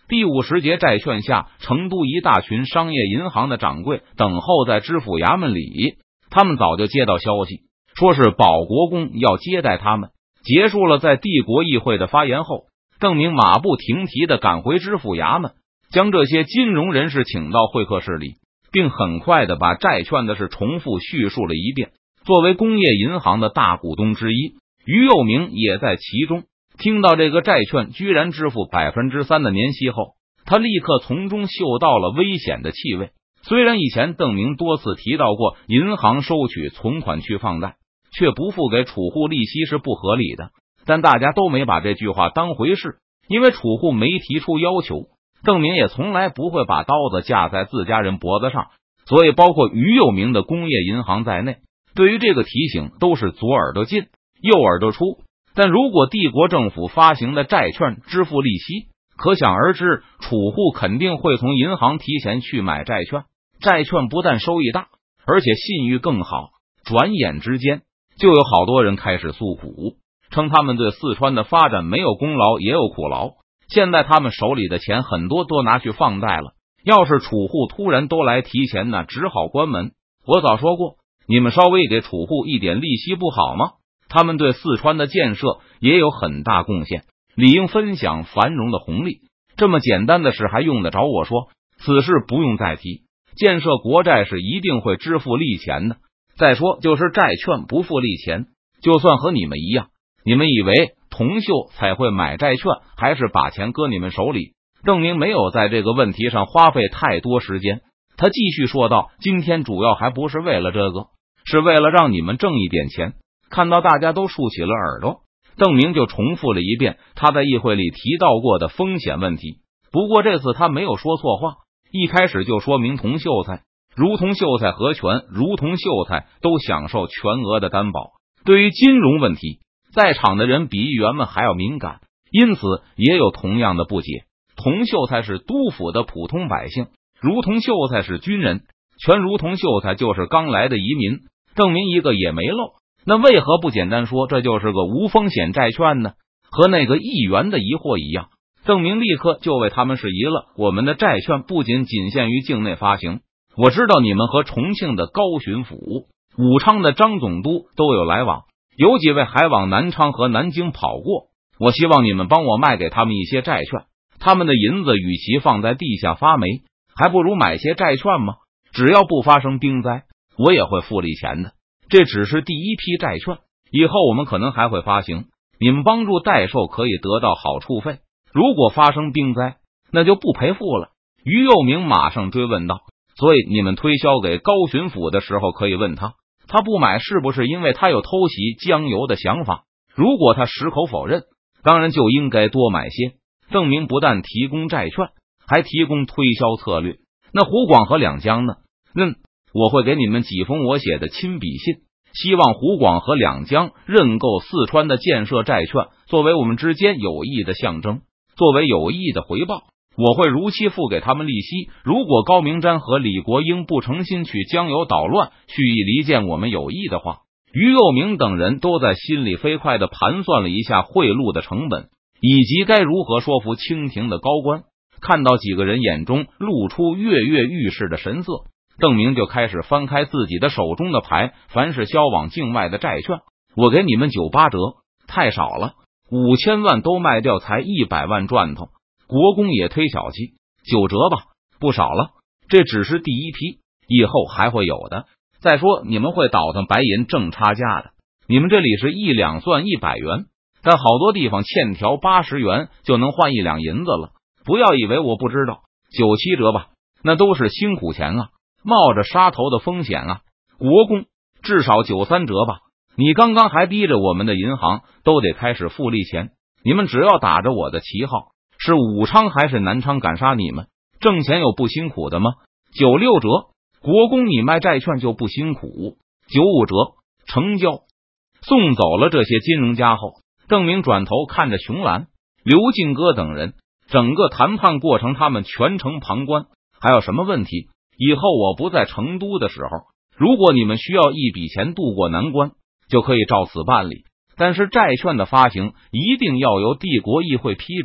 第50节债券下，成都一大群商业银行的掌柜等候在知府衙门里，他们早就接到消息，说是保国公要接待他们。结束了在帝国议会的发言后，邓明马不停蹄地赶回知府衙门，将这些金融人士请到会客室里，并很快地把债券的事重复叙述了一遍。作为工业银行的大股东之一，于右明也在其中。听到这个债券居然支付 3% 的年息后，他立刻从中嗅到了危险的气味。虽然以前邓明多次提到过银行收取存款去放贷却不付给储户利息是不合理的，但大家都没把这句话当回事，因为储户没提出要求，邓明也从来不会把刀子架在自家人脖子上，所以包括于右明的工业银行在内，对于这个提醒都是左耳朵进右耳朵出。但如果帝国政府发行的债券支付利息，可想而知，储户肯定会从银行提前去买债券，债券不但收益大，而且信誉更好。转眼之间，就有好多人开始诉苦，称他们对四川的发展没有功劳也有苦劳，现在他们手里的钱很多都拿去放贷了，要是储户突然都来提钱呢，只好关门。我早说过，你们稍微给储户一点利息不好吗？他们对四川的建设也有很大贡献，理应分享繁荣的红利。这么简单的事还用得着我说？此事不用再提，建设国债是一定会支付利钱的。再说就是债券不付利钱，就算和你们一样，你们以为同秀才会买债券，还是把钱搁你们手里？邓明没有在这个问题上花费太多时间，他继续说道，今天主要还不是为了这个，是为了让你们挣一点钱。看到大家都竖起了耳朵，邓明就重复了一遍他在议会里提到过的风险问题。不过这次他没有说错话，一开始就说明同秀才如同秀才合权，如同秀才都享受全额的担保。对于金融问题，在场的人比议员们还要敏感，因此也有同样的不解。同秀才是督府的普通百姓，如同秀才是军人，全如同秀才就是刚来的移民。邓明一个也没漏，那为何不简单说这就是个无风险债券呢？和那个议员的疑惑一样，邓明立刻就为他们释疑了。我们的债券不仅限于境内发行，我知道你们和重庆的高巡抚、武昌的张总督都有来往，有几位还往南昌和南京跑过。我希望你们帮我卖给他们一些债券，他们的银子与其放在地下发霉，还不如买些债券吗？只要不发生兵灾，我也会付利钱的。这只是第一批债券，以后我们可能还会发行，你们帮助代售可以得到好处费，如果发生兵灾，那就不赔付了。于右明马上追问道，所以你们推销给高巡抚的时候可以问他，他不买是不是因为他有偷袭江油的想法？如果他矢口否认，当然就应该多买些。邓明不但提供债券，还提供推销策略。那湖广和两江呢？我会给你们几封我写的亲笔信，希望湖广和两江认购四川的建设债券，作为我们之间友谊的象征，作为友谊的回报，我会如期付给他们利息。如果高明瞻和李国英不诚心去江油捣乱，蓄意离间我们友谊的话，于右明等人都在心里飞快地盘算了一下贿赂的成本，以及该如何说服清廷的高官。看到几个人眼中露出跃跃欲试的神色，邓明就开始翻开自己的手中的牌，凡是销往境外的债券，我给你们98折，太少了，5000万都卖掉才100万赚头。国公也忒小气，9折吧，不少了，这只是第一批，以后还会有的。再说你们会倒腾白银挣差价的，你们这里是1两算100元，但好多地方欠条80元就能换1两银子了，不要以为我不知道，97折吧，那都是辛苦钱啊，冒着杀头的风险啊。国公至少93折吧，你刚刚还逼着我们的银行都得开始付利钱，你们只要打着我的旗号，是武昌还是南昌敢杀你们，挣钱有不辛苦的吗？96折，国公你卖债券就不辛苦，95折，成交。送走了这些金融家后，邓明转头看着熊兰、刘进哥等人，整个谈判过程他们全程旁观。还有什么问题？以后我不在成都的时候，如果你们需要一笔钱渡过难关，就可以照此办理，但是债券的发行一定要由帝国议会批准，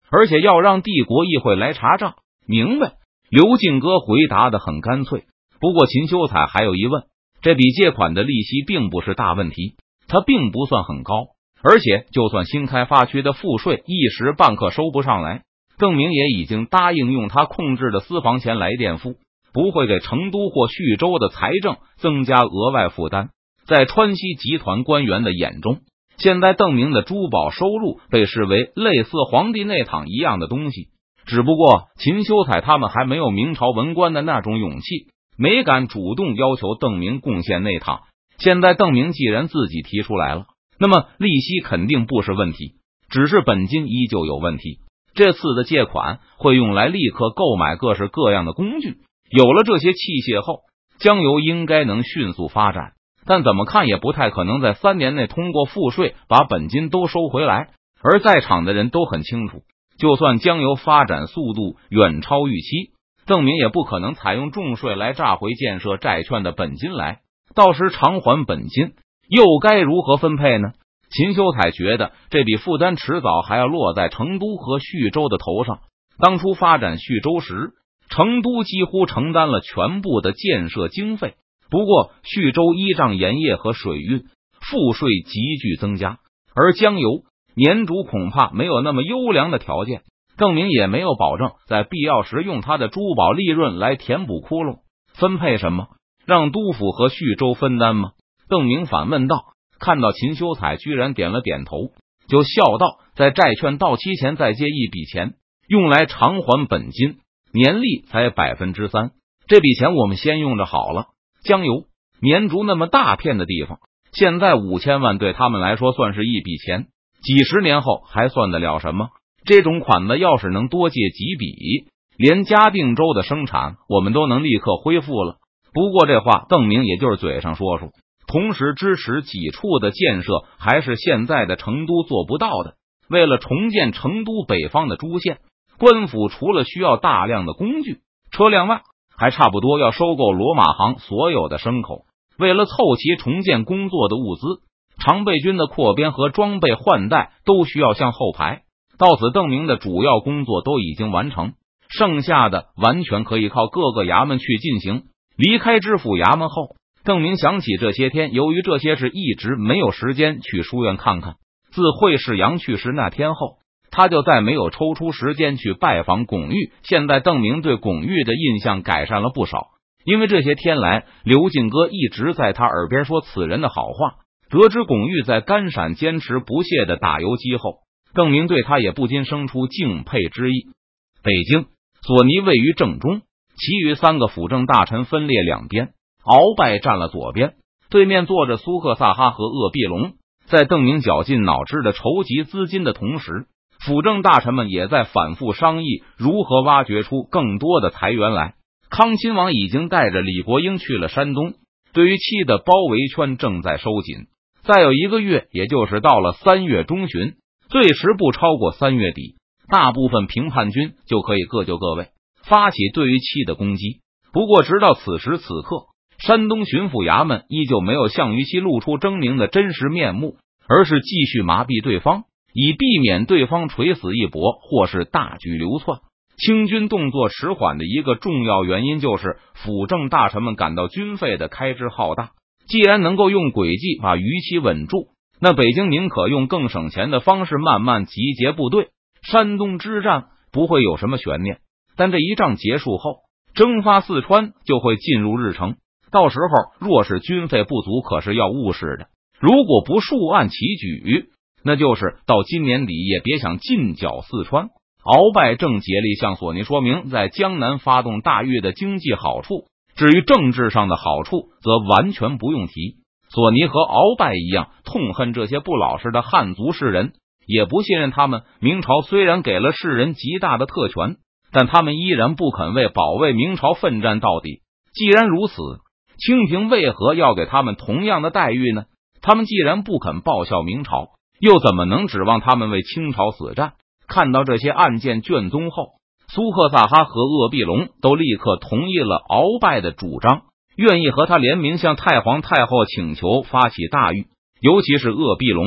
而且要让帝国议会来查账。明白。刘进哥回答得很干脆。不过秦修才还有疑问，这笔借款的利息并不是大问题，它并不算很高，而且就算新开发区的赋税一时半刻收不上来，邓明也已经答应用他控制的私房钱来垫付，不会给成都或徐州的财政增加额外负担。在川西集团官员的眼中，现在邓明的珠宝收入被视为类似皇帝内堂一样的东西，只不过秦修才他们还没有明朝文官的那种勇气，没敢主动要求邓明贡献内堂。现在邓明既然自己提出来了，那么利息肯定不是问题，只是本金依旧有问题。这次的借款会用来立刻购买各式各样的工具，有了这些器械后，江油应该能迅速发展，但怎么看也不太可能在3年内通过赋税把本金都收回来。而在场的人都很清楚，就算江油发展速度远超预期，邓明也不可能采用重税来榨回建设债券的本金来，到时偿还本金又该如何分配呢？秦修才觉得这笔负担迟早还要落在成都和徐州的头上。当初发展徐州时，成都几乎承担了全部的建设经费，不过徐州依仗盐业和水运，赋税急剧增加，而江油、绵竹恐怕没有那么优良的条件。邓明也没有保证在必要时用他的珠宝利润来填补窟窿。分配什么？让督府和徐州分担吗？邓明反问道。看到秦修才居然点了点头，就笑道，在债券到期前再借一笔钱，用来偿还本金，年利才 3%， 这笔钱我们先用着好了。江油、绵竹那么大片的地方，现在5000万对他们来说算是一笔钱，几十年后还算得了什么？这种款子要是能多借几笔，连嘉定州的生产我们都能立刻恢复了。不过这话邓明也就是嘴上说说，同时支持几处的建设还是现在的成都做不到的。为了重建成都北方的诸县，官府除了需要大量的工具、车辆外，还差不多要收购罗马行所有的牲口。为了凑齐重建工作的物资，常备军的扩编和装备换代都需要向后排。到此邓明的主要工作都已经完成，剩下的完全可以靠各个衙门去进行。离开知府衙门后，邓明想起这些天由于这些事一直没有时间去书院看看。自惠世阳去世那天后，他就再没有抽出时间去拜访巩玉。现在邓明对巩玉的印象改善了不少，因为这些天来刘进哥一直在他耳边说此人的好话。得知巩玉在甘陕坚持不懈的打游击后，邓明对他也不禁生出敬佩之意。北京，索尼位于正中，其余3个辅政大臣分列两边，鳌拜站了左边，对面坐着苏克萨哈和鄂必龙。在邓明绞尽脑汁的筹集资金的同时，辅政大臣们也在反复商议如何挖掘出更多的财源来。康亲王已经带着李国英去了山东，对于期的包围圈正在收紧。再有1个月，也就是到了3月中旬，最迟不超过3月底，大部分平叛军就可以各就各位，发起对于期的攻击。不过直到此时此刻，山东巡抚衙门依旧没有向于其露出狰狞的真实面目，而是继续麻痹对方，以避免对方垂死一搏或是大举流窜。清军动作迟缓的一个重要原因就是辅政大臣们感到军费的开支浩大，既然能够用诡计把于期稳住，那北京宁可用更省钱的方式慢慢集结部队。山东之战不会有什么悬念，但这一仗结束后，征发四川就会进入日程。到时候若是军费不足，可是要务实的。如果不数案齐举，那就是到今年底也别想进剿四川。鳌拜正竭力向索尼说明在江南发动大狱的经济好处，至于政治上的好处则完全不用提。索尼和鳌拜一样痛恨这些不老实的汉族士人，也不信任他们。明朝虽然给了士人极大的特权，但他们依然不肯为保卫明朝奋战到底。既然如此，清廷为何要给他们同样的待遇呢？他们既然不肯报效明朝，又怎么能指望他们为清朝死战？看到这些案件卷宗后，苏克萨哈和鄂必龙都立刻同意了鳌拜的主张，愿意和他联名向太皇太后请求发起大狱。尤其是鄂必龙，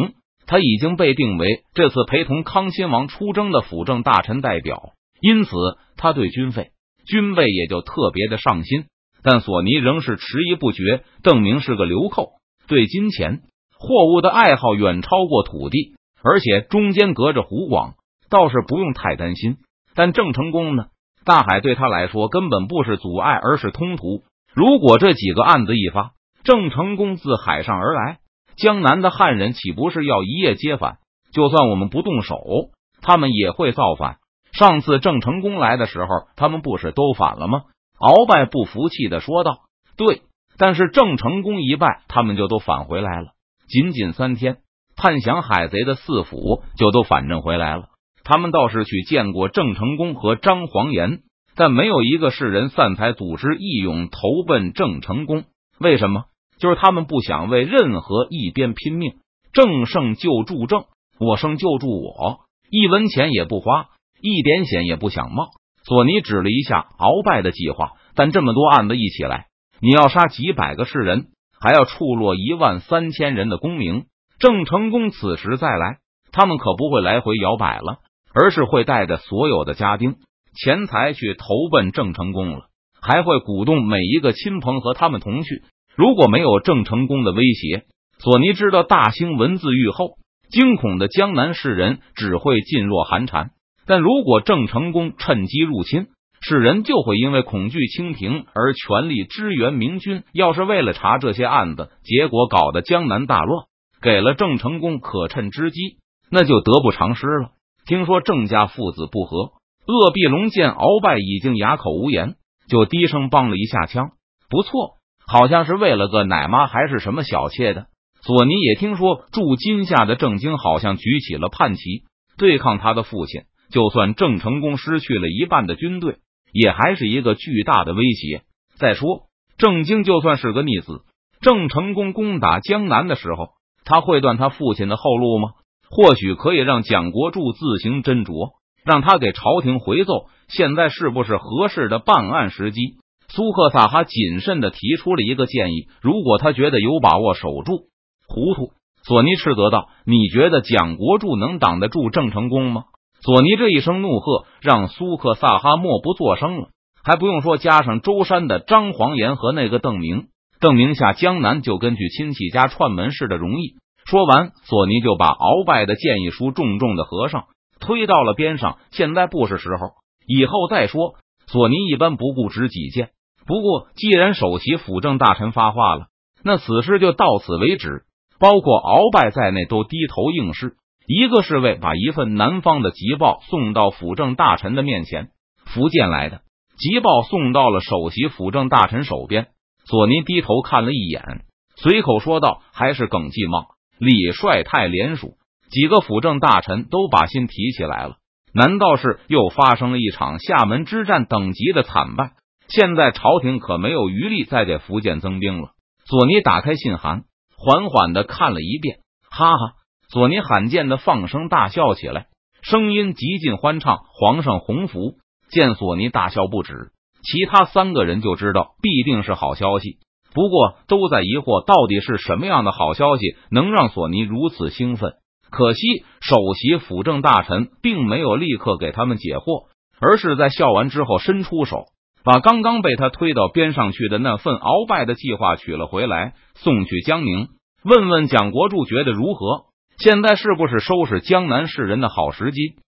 他已经被定为这次陪同康亲王出征的辅政大臣代表，因此他对军费、军备也就特别的上心。但索尼仍是迟疑不决。邓明是个流寇，对金钱、货物的爱好远超过土地，而且中间隔着湖广，倒是不用太担心。但郑成功呢？大海对他来说根本不是阻碍，而是通途。如果这几个案子一发，郑成功自海上而来，江南的汉人岂不是要一夜接反？就算我们不动手，他们也会造反。上次郑成功来的时候，他们不是都反了吗？鳌拜不服气的说道：对，但是郑成功一败，他们就都返回来了。仅仅3天，叛降海贼的4府就都反正回来了。他们倒是去见过郑成功和张煌言，但没有一个士人散财组织义勇投奔郑成功。为什么？就是他们不想为任何一边拼命。郑胜救助郑，我胜救助我，一文钱也不花，一点险也不想冒。索尼指了一下鳌拜的计划，但这么多案子一起来，你要杀几百个士人，还要触落13000人的功名。郑成功此时再来，他们可不会来回摇摆了，而是会带着所有的家丁、钱财去投奔郑成功了，还会鼓动每一个亲朋和他们同去。如果没有郑成功的威胁，索尼知道大兴文字狱后，惊恐的江南士人只会噤若寒蝉。但如果郑成功趁机入侵，士人就会因为恐惧清廷而全力支援明军。要是为了查这些案子，结果搞得江南大乱，给了郑成功可趁之机，那就得不偿失了。听说郑家父子不和，鄂必龙见鳌拜已经哑口无言，就低声帮了一下腔。不错，好像是为了个奶妈还是什么小妾的。索尼也听说驻金夏的郑经好像举起了叛旗，对抗他的父亲。就算郑成功失去了一半的军队，也还是一个巨大的威胁。再说，郑经就算是个逆子，郑成功攻打江南的时候，他会断他父亲的后路吗？或许可以让蒋国柱自行斟酌，让他给朝廷回奏，现在是不是合适的办案时机？苏克萨哈谨慎地提出了一个建议，如果他觉得有把握守住，糊涂。索尼斥责道：你觉得蒋国柱能挡得住郑成功吗？索尼这一声怒喝，让苏克萨哈默不作声了。还不用说，加上舟山的张煌言和那个邓明，邓明下江南就跟去亲戚家串门似的容易。说完，索尼就把鳌拜的建议书重重的合上，推到了边上。现在不是时候，以后再说。索尼一般不顾执己见，不过既然首席辅政大臣发话了，那此事就到此为止。包括鳌拜在内都低头应是。一个侍卫把一份南方的急报送到辅政大臣的面前，福建来的急报送到了首席辅政大臣手边。索尼低头看了一眼，随口说道：还是耿继茂、李帅太联署。几个辅政大臣都把心提起来了。难道是又发生了一场厦门之战等级的惨败？现在朝廷可没有余力再给福建增兵了。索尼打开信函，缓缓的看了一遍，哈哈。索尼罕见的放声大笑起来，声音极尽欢畅。皇上洪福！见索尼大笑不止，其他3个人就知道必定是好消息。不过都在疑惑，到底是什么样的好消息能让索尼如此兴奋？可惜首席辅政大臣并没有立刻给他们解惑，而是在笑完之后伸出手，把刚刚被他推到边上去的那份鳌拜的计划取了回来，送去江宁，问问蒋国柱觉得如何？现在是不是收拾江南士人的好时机？